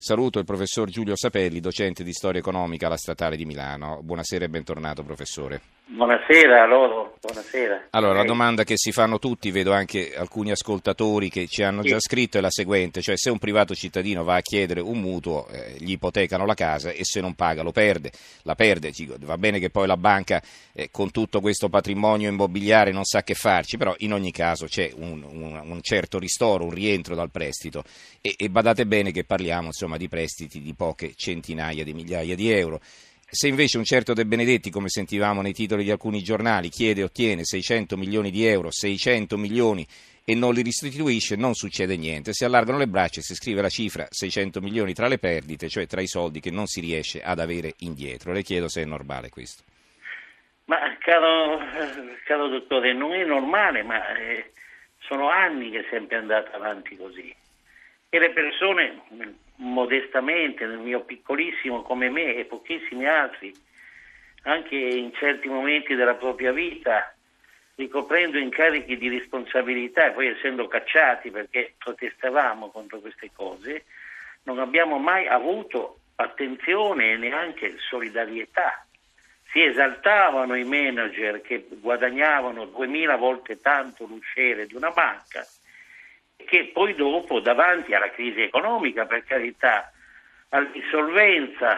Saluto il professor Giulio Sapelli, docente di storia economica alla Statale di Milano. Buonasera e bentornato, professore. Buonasera a loro, buonasera. Allora, la domanda che si fanno tutti, vedo anche alcuni ascoltatori che ci hanno già scritto, è la seguente, cioè se un privato cittadino va a chiedere un mutuo, gli ipotecano la casa e se non paga la perde, va bene che poi la banca con tutto questo patrimonio immobiliare non sa che farci, però in ogni caso c'è un certo ristoro, un rientro dal prestito e badate bene che parliamo insomma di prestiti di poche centinaia di migliaia di euro. Se invece un certo De Benedetti, come sentivamo nei titoli di alcuni giornali, chiede e ottiene 600 milioni di euro, 600 milioni e non li restituisce, non succede niente. Si allargano le braccia e si scrive la cifra 600 milioni tra le perdite, cioè tra i soldi che non si riesce ad avere indietro. Le chiedo se è normale questo. Ma caro dottore, non è normale, ma sono anni che è sempre andata avanti così. E le persone, modestamente, nel mio piccolissimo come me e pochissimi altri, anche in certi momenti della propria vita, ricoprendo incarichi di responsabilità e poi essendo cacciati perché protestavamo contro queste cose, non abbiamo mai avuto attenzione e neanche solidarietà. Si esaltavano i manager che guadagnavano 2000 volte tanto l'usciere di una banca, che poi dopo, davanti alla crisi economica, per carità, all'insolvenza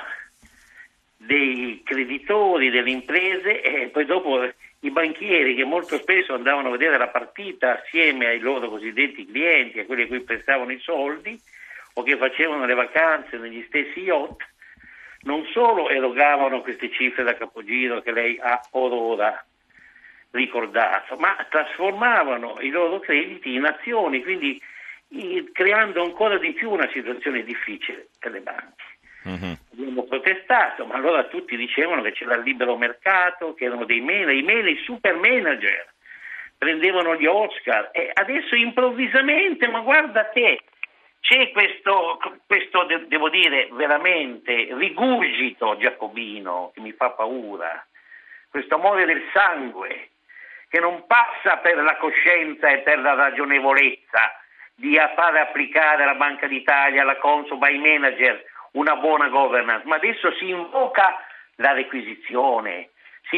dei creditori, delle imprese, e poi dopo i banchieri che molto spesso andavano a vedere la partita assieme ai loro cosiddetti clienti, a quelli a cui prestavano i soldi, o che facevano le vacanze negli stessi yacht, non solo erogavano queste cifre da capogiro che lei ha orora ricordato, ma trasformavano i loro crediti in azioni, quindi creando ancora di più una situazione difficile per le banche. Abbiamo protestato, ma allora tutti dicevano che c'era il libero mercato, che erano i super manager, prendevano gli Oscar e adesso improvvisamente, ma guarda te, c'è questo devo dire veramente rigurgito giacobino che mi fa paura, questo amore del sangue che non passa per la coscienza e per la ragionevolezza di fare applicare alla Banca d'Italia, alla Consob, ai manager una buona governance, ma adesso si invoca la requisizione, si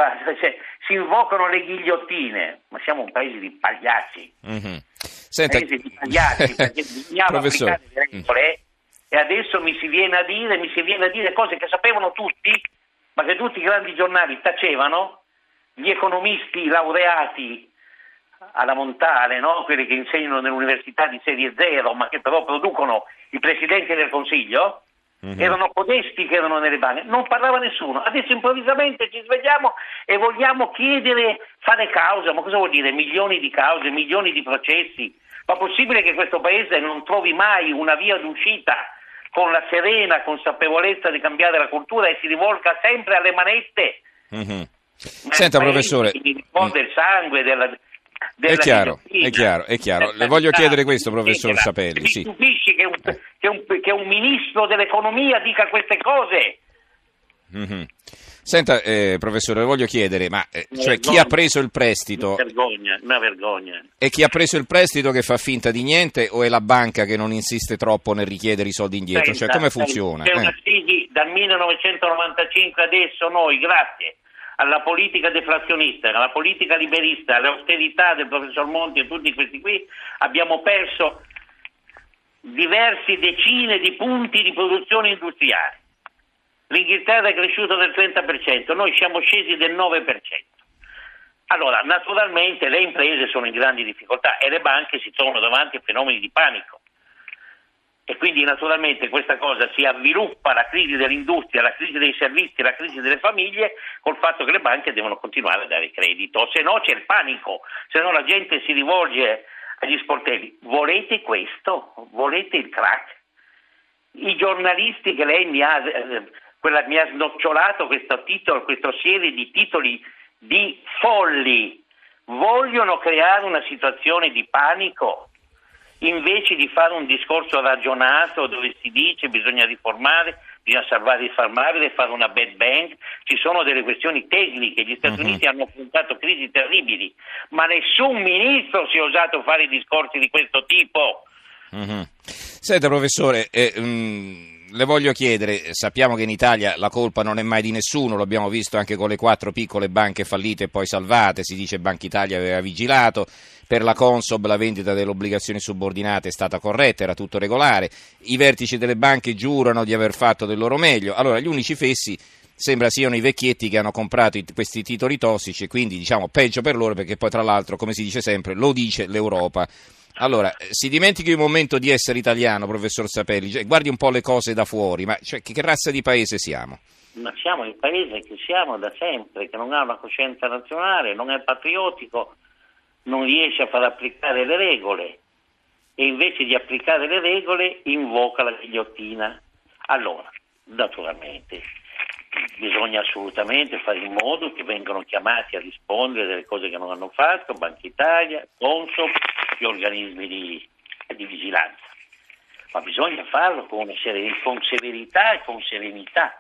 invocano le ghigliottine, ma siamo un paese di pagliacci, Senta, paese di pagliacci, perché bisognava applicare le regole e adesso mi si viene a dire cose che sapevano tutti, ma che tutti i grandi giornali tacevano. Gli economisti laureati alla Montale, no? Quelli che insegnano nell'università di serie zero, ma che però producono i presidenti del Consiglio, erano codesti che erano nelle banche, non parlava nessuno. Adesso improvvisamente ci svegliamo e vogliamo fare causa, ma cosa vuol dire? Milioni di cause, milioni di processi. Ma possibile che questo paese non trovi mai una via d'uscita con la serena consapevolezza di cambiare la cultura e si rivolga sempre alle manette? Senta, professore, il sangue è chiaro. Le voglio chiedere questo, professor Sapelli. Mi stupisce che un ministro dell'economia dica queste cose. Senta, professore, le voglio chiedere, cioè chi ha preso il prestito? Una vergogna. E chi ha preso il prestito che fa finta di niente o è la banca che non insiste troppo nel richiedere i soldi indietro? Cioè, come funziona? C'è una crisi dal 1995 adesso noi, grazie alla politica deflazionista, alla politica liberista, all'austerità del professor Monti e tutti questi qui, abbiamo perso diverse decine di punti di produzione industriale. L'Inghilterra è cresciuto del 30%, noi siamo scesi del 9%. Allora, naturalmente le imprese sono in grandi difficoltà e le banche si trovano davanti a fenomeni di panico. E quindi naturalmente questa cosa si avviluppa, la crisi dell'industria, la crisi dei servizi, la crisi delle famiglie, col fatto che le banche devono continuare a dare credito, se no c'è il panico, se no la gente si rivolge agli sportelli. Volete questo? Volete il crack? I giornalisti che lei mi ha snocciolato questa serie di titoli di folli vogliono creare una situazione di panico. Invece di fare un discorso ragionato dove si dice bisogna riformare, bisogna salvare e risparmiare, fare una bad bank, ci sono delle questioni tecniche, gli Stati Uniti hanno affrontato crisi terribili, ma nessun ministro si è osato fare discorsi di questo tipo. Mhm. Senta professore, le voglio chiedere, sappiamo che in Italia la colpa non è mai di nessuno, lo abbiamo visto anche con le 4 piccole banche fallite e poi salvate, si dice Banca Italia aveva vigilato, per la Consob la vendita delle obbligazioni subordinate è stata corretta, era tutto regolare, i vertici delle banche giurano di aver fatto del loro meglio, allora gli unici fessi sembra siano i vecchietti che hanno comprato questi titoli tossici e quindi diciamo peggio per loro perché poi tra l'altro, come si dice sempre, lo dice l'Europa. Allora, si dimentichi un momento di essere italiano, professor Sapelli, cioè, guardi un po' le cose da fuori, ma cioè, che razza di paese siamo? Ma siamo il paese che siamo da sempre, che non ha una coscienza nazionale, non è patriottico, non riesce a far applicare le regole e invece di applicare le regole invoca la ghigliottina. Allora, naturalmente, bisogna assolutamente fare in modo che vengano chiamati a rispondere delle cose che non hanno fatto, Banca Italia, Consob, gli organismi di vigilanza, ma bisogna farlo con severità e con serenità.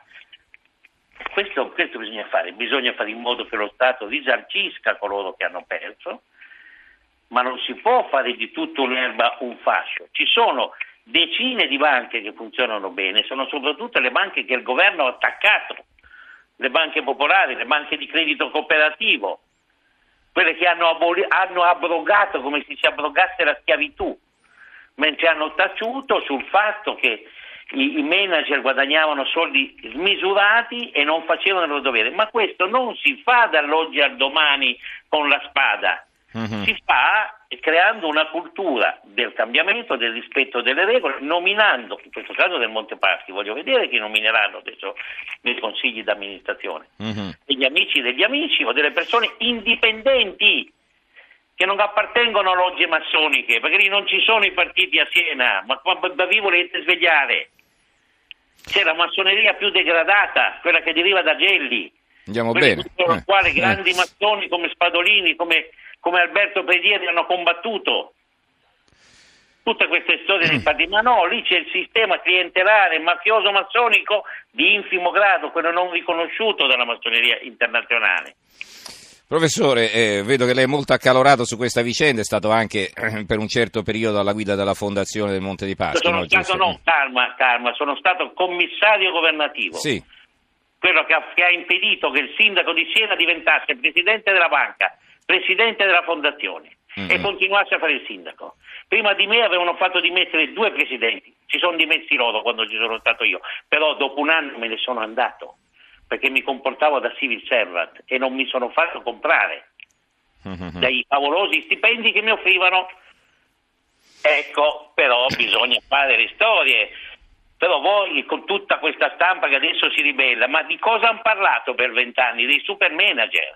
Questo bisogna fare in modo che lo Stato risarcisca coloro che hanno perso, ma non si può fare di tutto l'erba un fascio. Ci sono decine di banche che funzionano bene, sono soprattutto le banche che il governo ha attaccato, le banche popolari, le banche di credito cooperativo, quelle che hanno abrogato come se si abrogasse la schiavitù, mentre hanno taciuto sul fatto che i manager guadagnavano soldi smisurati e non facevano il loro dovere. Ma questo non si fa dall'oggi al domani con la spada, si fa creando una cultura del cambiamento, del rispetto delle regole, nominando, in questo caso del Montepaschi, voglio vedere chi nomineranno adesso nei consigli d'amministrazione, degli amici degli amici o delle persone indipendenti che non appartengono a logge massoniche, perché lì non ci sono i partiti a Siena, ma da vi volete svegliare? C'è la massoneria più degradata, quella che deriva da Gelli, Andiamo bene. Con la quale grandi massoni come Spadolini, come Alberto Predieri hanno combattuto tutte queste storie dei partiti, ma no, lì c'è il sistema clientelare, mafioso massonico di infimo grado, quello non riconosciuto dalla massoneria internazionale. Professore, vedo che lei è molto accalorato su questa vicenda, è stato anche per un certo periodo alla guida della fondazione del Monte di Paschi. Sono stato commissario governativo. Sì. Quello che ha impedito che il sindaco di Siena diventasse presidente della banca, presidente della fondazione e continuasse a fare il sindaco. Prima di me avevano fatto dimettere 2 presidenti, ci sono dimessi loro quando ci sono stato io, però dopo un anno me ne sono andato perché mi comportavo da civil servant e non mi sono fatto comprare dai favolosi stipendi che mi offrivano. Ecco, però bisogna fare le storie. Però voi, con tutta questa stampa che adesso si ribella, ma di cosa hanno parlato per 20 anni? Dei super manager.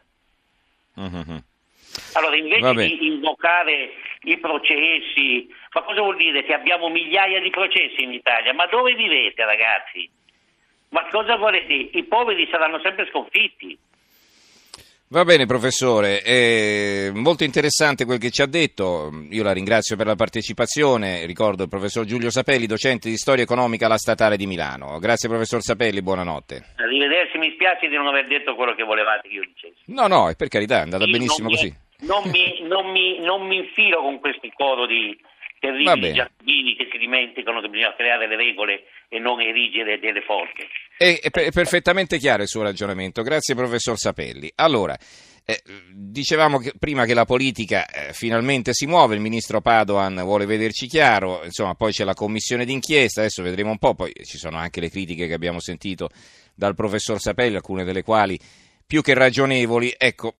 Allora, invece di invocare i processi, ma cosa vuol dire? Che abbiamo migliaia di processi in Italia? Ma dove vivete, ragazzi? Ma cosa volete? I poveri saranno sempre sconfitti. Va bene professore, è molto interessante quel che ci ha detto, io la ringrazio per la partecipazione, ricordo il professor Giulio Sapelli, docente di storia economica alla Statale di Milano. Grazie professor Sapelli, buonanotte. Arrivederci, mi spiace di non aver detto quello che volevate che io dicessi. No, per carità, è andata benissimo così. Non mi infilo con questo coro di terribili giacobini che si dimenticano che bisogna creare le regole e non erigere delle forze. È perfettamente chiaro il suo ragionamento, grazie professor Sapelli. Allora, dicevamo prima che la politica finalmente si muove, il ministro Padoan vuole vederci chiaro, insomma poi c'è la commissione d'inchiesta, adesso vedremo un po', poi ci sono anche le critiche che abbiamo sentito dal professor Sapelli, alcune delle quali più che ragionevoli. Ecco,